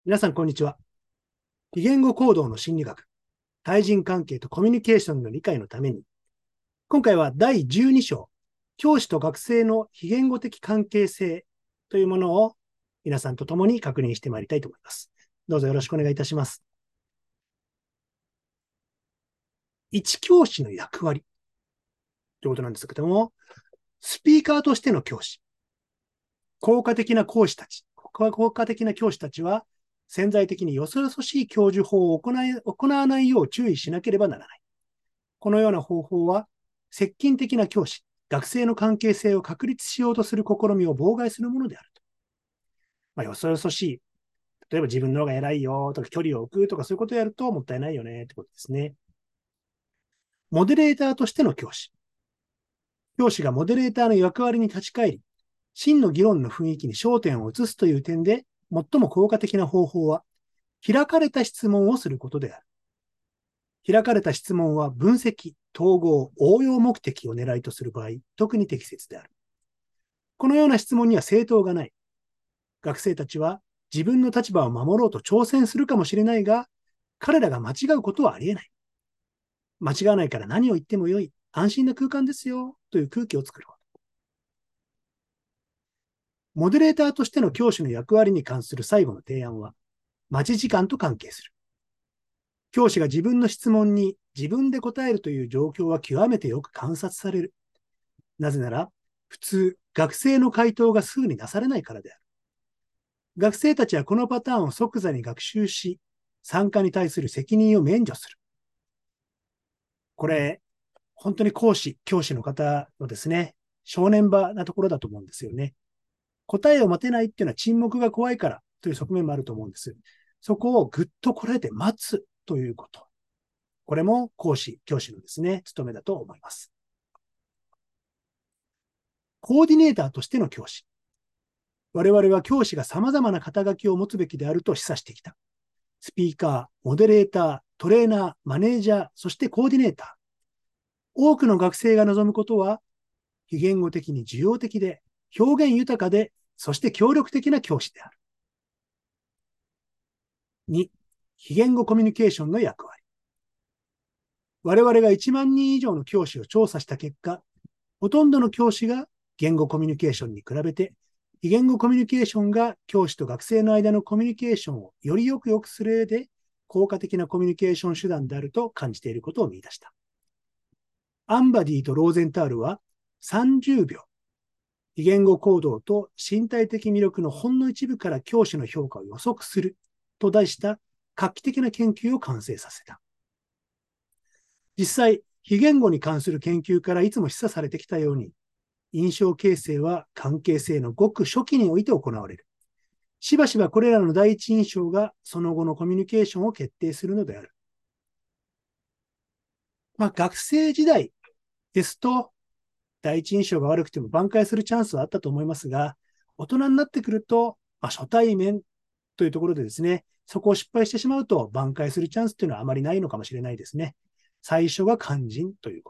皆さん、こんにちは。非言語行動の心理学、対人関係とコミュニケーションの理解のために、今回は第12章、教師と学生の非言語的関係性というものを皆さんと共に確認してまいりたいと思います。どうぞよろしくお願いいたします。一教師の役割ということなんですけども、スピーカーとしての教師、効果的な講師たち、効果的な教師たちは、潜在的によそよそしい教授法を行わないよう注意しなければならない。このような方法は、接近的な教師、学生の関係性を確立しようとする試みを妨害するものであると。よそよそしい。例えば自分の方が偉いよとか距離を置くとかそういうことをやるともったいないよねってことですね。モデレーターとしての教師。教師がモデレーターの役割に立ち返り、真の議論の雰囲気に焦点を移すという点で、最も効果的な方法は、開かれた質問をすることである。開かれた質問は分析、統合、応用目的を狙いとする場合、特に適切である。このような質問には正当がない。学生たちは自分の立場を守ろうと挑戦するかもしれないが、彼らが間違うことはありえない。間違わないから何を言ってもよい、安心な空間ですよ、という空気を作る。モデレーターとしての教師の役割に関する最後の提案は、待ち時間と関係する。教師が自分の質問に自分で答えるという状況は極めてよく観察される。なぜなら、普通、学生の回答がすぐに出されないからである。学生たちはこのパターンを即座に学習し、参加に対する責任を免除する。これ、本当に講師、教師の方のですね、正念場なところだと思うんですよね。答えを待てないっていうのは沈黙が怖いからという側面もあると思うんです。そこをぐっとこらえて待つということ。これも講師、教師のですね、務めだと思います。コーディネーターとしての教師。我々は教師が様々な肩書きを持つべきであると示唆してきた。スピーカー、モデレーター、トレーナー、マネージャー、そしてコーディネーター。多くの学生が望むことは、非言語的に受容的で、表現豊かで、そして協力的な教師である。2、非言語コミュニケーションの役割。我々が1万人以上の教師を調査した結果、ほとんどの教師が言語コミュニケーションに比べて、非言語コミュニケーションが教師と学生の間のコミュニケーションをよりよく良くする上で、効果的なコミュニケーション手段であると感じていることを見出した。アンバディとローゼンタールは30秒、非言語行動と身体的魅力のほんの一部から教師の評価を予測すると題した画期的な研究を完成させた。実際、非言語に関する研究からいつも示唆されてきたように、印象形成は関係性のごく初期において行われる。しばしばこれらの第一印象がその後のコミュニケーションを決定するのである。学生時代ですと、第一印象が悪くても挽回するチャンスはあったと思いますが、大人になってくると、初対面というところでですね、そこを失敗してしまうと挽回するチャンスというのはあまりないのかもしれないですね。最初が肝心ということ。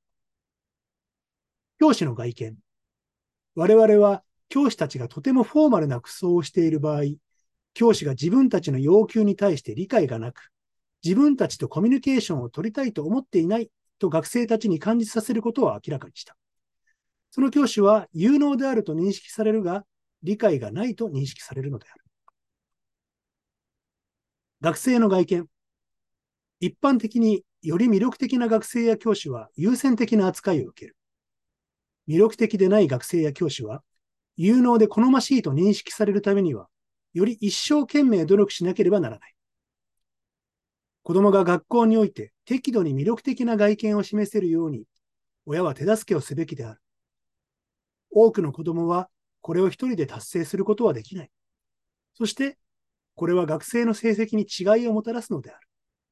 教師の外見。我々は教師たちがとてもフォーマルな服装をしている場合、教師が自分たちの要求に対して理解がなく、自分たちとコミュニケーションを取りたいと思っていないと学生たちに感じさせることを明らかにした。その教師は有能であると認識されるが、理解がないと認識されるのである。学生の外見。一般的により魅力的な学生や教師は優先的な扱いを受ける。魅力的でない学生や教師は、有能で好ましいと認識されるためには、より一生懸命努力しなければならない。子供が学校において適度に魅力的な外見を示せるように、親は手助けをすべきである。多くの子供はこれを一人で達成することはできない。そして、これは学生の成績に違いをもたらすのである。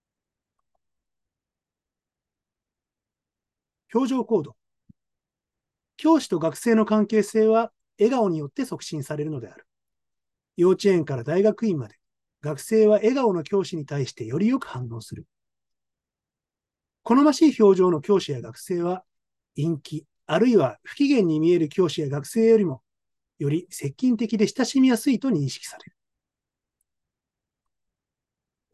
表情行動。教師と学生の関係性は笑顔によって促進されるのである。幼稚園から大学院まで、学生は笑顔の教師に対してよりよく反応する。好ましい表情の教師や学生は、陰気、あるいは不機嫌に見える教師や学生よりも、より接近的で親しみやすいと認識される。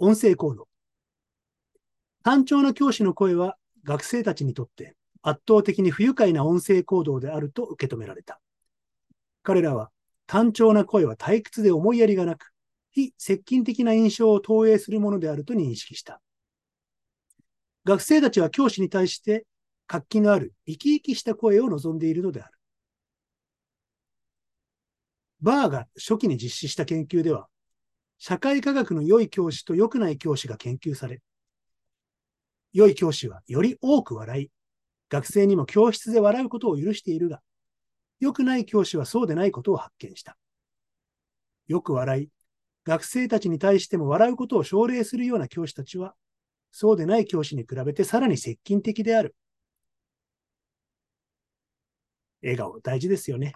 音声行動。単調な教師の声は学生たちにとって圧倒的に不愉快な音声行動であると受け止められた。彼らは単調な声は退屈で思いやりがなく、非接近的な印象を投影するものであると認識した。学生たちは教師に対して活気のある生き生きした声を望んでいるのである。バーが初期に実施した研究では、社会科学の良い教師と良くない教師が研究され、良い教師はより多く笑い、学生にも教室で笑うことを許しているが、良くない教師はそうでないことを発見した。よく笑い、学生たちに対しても笑うことを奨励するような教師たちは、そうでない教師に比べてさらに接近的である。笑顔大事ですよね。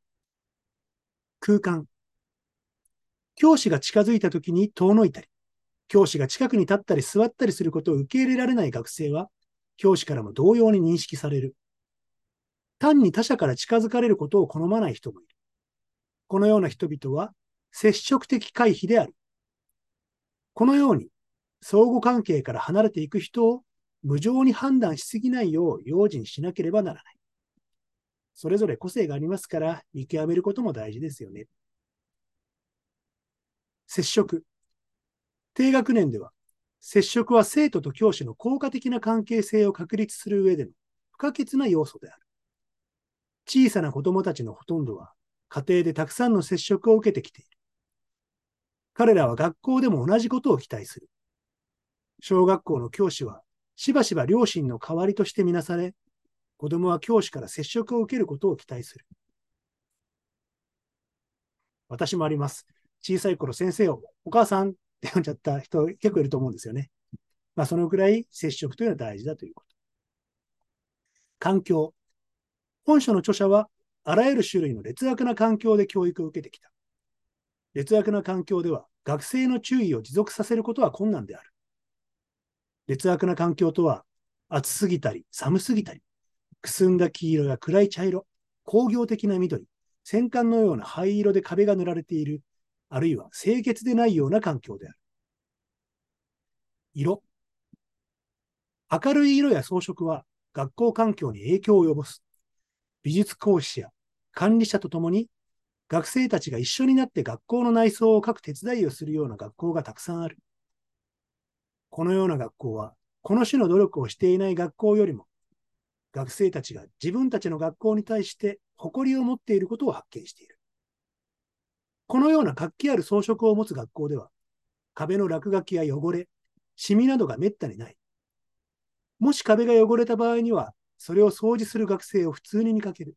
空間。教師が近づいた時に遠のいたり、教師が近くに立ったり座ったりすることを受け入れられない学生は、教師からも同様に認識される。単に他者から近づかれることを好まない人もいる。このような人々は、接触的回避である。このように、相互関係から離れていく人を無情に判断しすぎないよう用心しなければならない。それぞれ個性がありますから、見極めることも大事ですよね。接触。低学年では、接触は生徒と教師の効果的な関係性を確立する上での不可欠な要素である。小さな子供たちのほとんどは、家庭でたくさんの接触を受けてきている。彼らは学校でも同じことを期待する。小学校の教師は、しばしば両親の代わりとしてみなされ、子供は教師から接触を受けることを期待する。私もあります。小さい頃先生をお母さんって呼んじゃった人結構いると思うんですよね。そのくらい接触というのは大事だということ。環境。本書の著者は、あらゆる種類の劣悪な環境で教育を受けてきた。劣悪な環境では、学生の注意を持続させることは困難である。劣悪な環境とは、暑すぎたり寒すぎたり、くすんだ黄色や暗い茶色、工業的な緑、戦艦のような灰色で壁が塗られている、あるいは清潔でないような環境である。色。明るい色や装飾は学校環境に影響を及ぼす。美術講師や管理者とともに学生たちが一緒になって学校の内装を描く手伝いをするような学校がたくさんある。このような学校は、この種の努力をしていない学校よりも、学生たちが自分たちの学校に対して誇りを持っていることを発見している。このような活気ある装飾を持つ学校では、壁の落書きや汚れ、シミなどがめったにない。もし壁が汚れた場合には、それを掃除する学生を普通に見かける。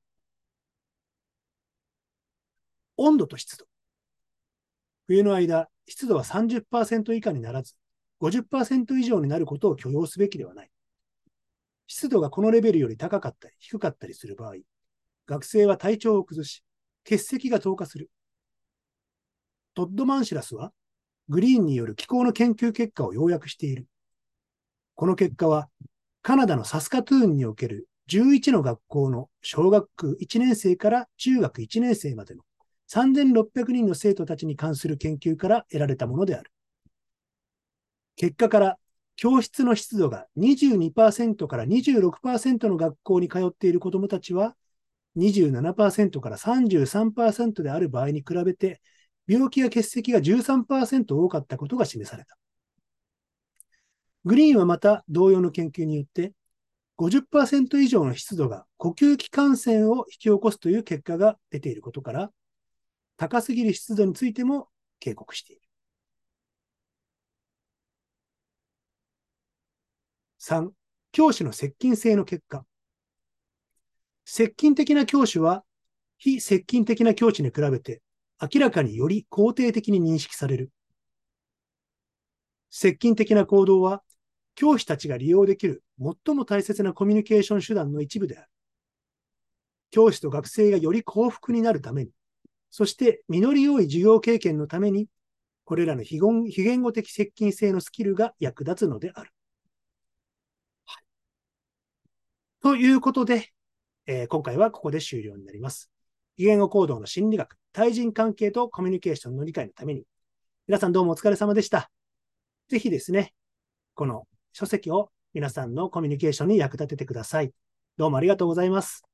温度と湿度。冬の間、湿度は 30% 以下にならず、50% 以上になることを許容すべきではない。湿度がこのレベルより高かったり低かったりする場合、学生は体調を崩し、血石が増加する。トッドマンシラスは、グリーンによる気候の研究結果を要約している。この結果は、カナダのサスカトゥーンにおける11の学校の小学1年生から中学1年生までの3600人の生徒たちに関する研究から得られたものである。結果から、教室の湿度が 22% から 26% の学校に通っている子どもたちは、27% から 33% である場合に比べて、病気や欠席が 13% 多かったことが示された。グリーンはまた同様の研究によって、50% 以上の湿度が呼吸器感染を引き起こすという結果が出ていることから、高すぎる湿度についても警告している。3、教師の接近性の結果。接近的な教師は、非接近的な教師に比べて、明らかにより肯定的に認識される。接近的な行動は、教師たちが利用できる最も大切なコミュニケーション手段の一部である。教師と学生がより幸福になるために、そして実り良い授業経験のために、これらの非言語的接近性のスキルが役立つのである。はい、ということで、今回はここで終了になります。非言語行動の心理学、対人関係とコミュニケーションの理解のために、皆さんどうもお疲れ様でした。 ぜひですね、この書籍を皆さんのコミュニケーションに役立ててください。どうもありがとうございます。